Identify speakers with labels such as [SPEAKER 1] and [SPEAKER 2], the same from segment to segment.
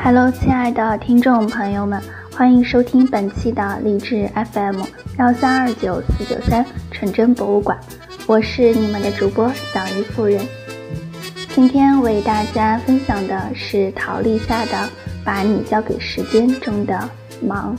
[SPEAKER 1] Hello， 亲爱的听众朋友们，欢迎收听本期的励志 FM1329493纯真博物馆，我是你们的主播小鱼夫人。今天为大家分享的是陶立夏的《把你交给时间》中的忙。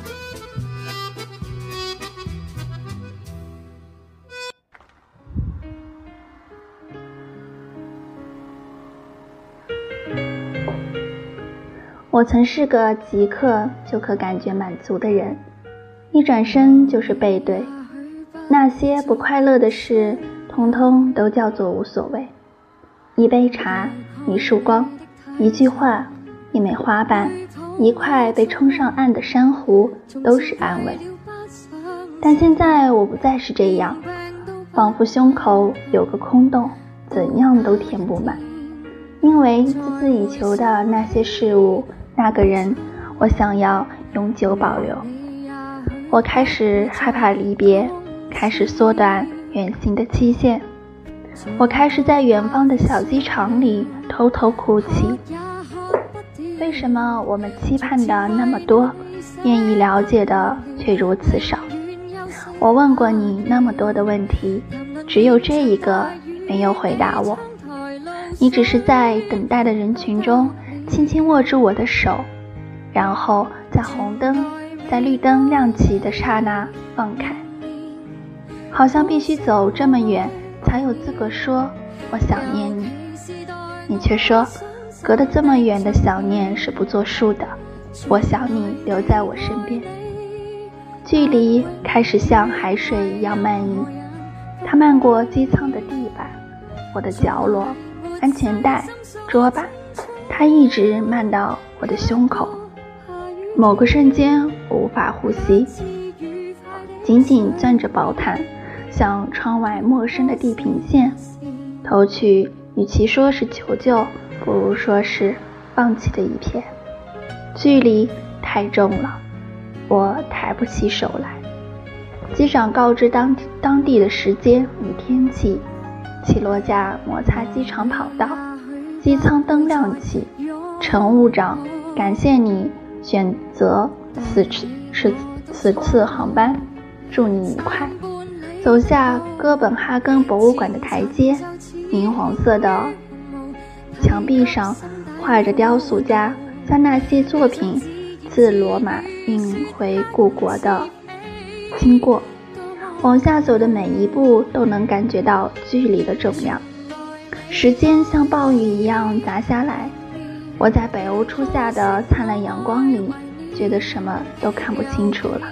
[SPEAKER 1] 我曾是个即刻就可感觉满足的人，一转身就是背对，那些不快乐的事通通都叫做无所谓。一杯茶，一束光，一句话，一枚花瓣，一块被冲上岸的珊瑚，都是安慰。但现在我不再是这样，仿佛胸口有个空洞，怎样都填不满，因为孜孜以求的那些事物，那个人，我想要永久保留。我开始害怕离别，开始缩短远行的期限。我开始在远方的小机场里偷偷哭泣。为什么我们期盼的那么多，愿意了解的却如此少？我问过你那么多的问题，只有这一个没有回答我。你只是在等待的人群中轻轻握住我的手，然后在红灯，在绿灯亮起的刹那放开，好像必须走这么远才有资格说我想念你。你却说隔得这么远的想念是不作数的，我想你留在我身边。距离开始像海水一样漫溢，它漫过机舱的地板，我的角落，安全带，桌板，它一直漫到我的胸口。某个瞬间我无法呼吸，紧紧攥着薄毯，向窗外陌生的地平线投去，与其说是求救，不如说是放弃的一瞥。距离太重了，我抬不起手来。机长告知当地的时间与天气，起落架摩擦机场跑道，机舱灯亮起。乘务长，感谢你选择此次航班，祝你愉快。走下哥本哈根博物馆的台阶，明黄色的墙壁上画着雕塑家将那些作品自罗马运回故国的经过。往下走的每一步都能感觉到距离的重量，时间像暴雨一样砸下来。我在北欧初夏的灿烂阳光里，觉得什么都看不清楚了。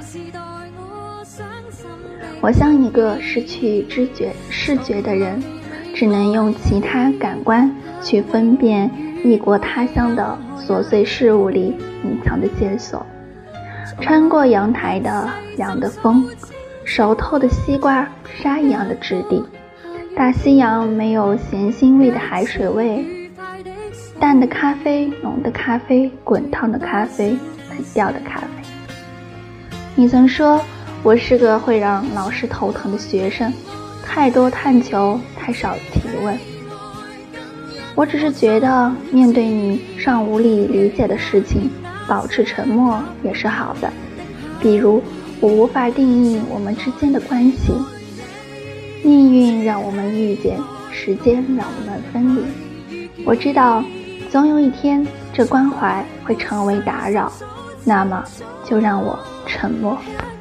[SPEAKER 1] 我像一个失去视觉的人，只能用其他感官去分辨异国他乡的琐碎事物里隐藏的线索。穿过阳台的凉的风，熟透的西瓜，沙一样的质地，大西洋没有咸腥味的海水味，淡的咖啡，浓的咖啡，滚烫的咖啡，冷掉的咖啡。你曾说我是个会让老师头疼的学生，太多探求，太少提问。我只是觉得面对你尚无力理解的事情，保持沉默也是好的。比如我无法定义我们之间的关系，命运让我们遇见，时间让我们分离。我知道总有一天这关怀会成为打扰，那么就让我沉默。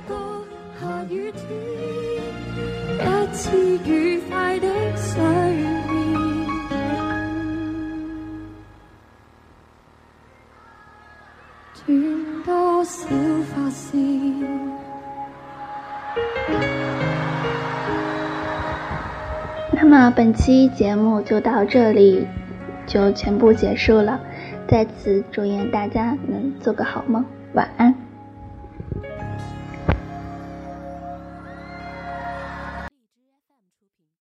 [SPEAKER 2] 一次愉快的睡眠，斷多少髮線。
[SPEAKER 1] 那么本期节目就到这里就全部结束了，在此祝愿大家能做个好梦，晚安。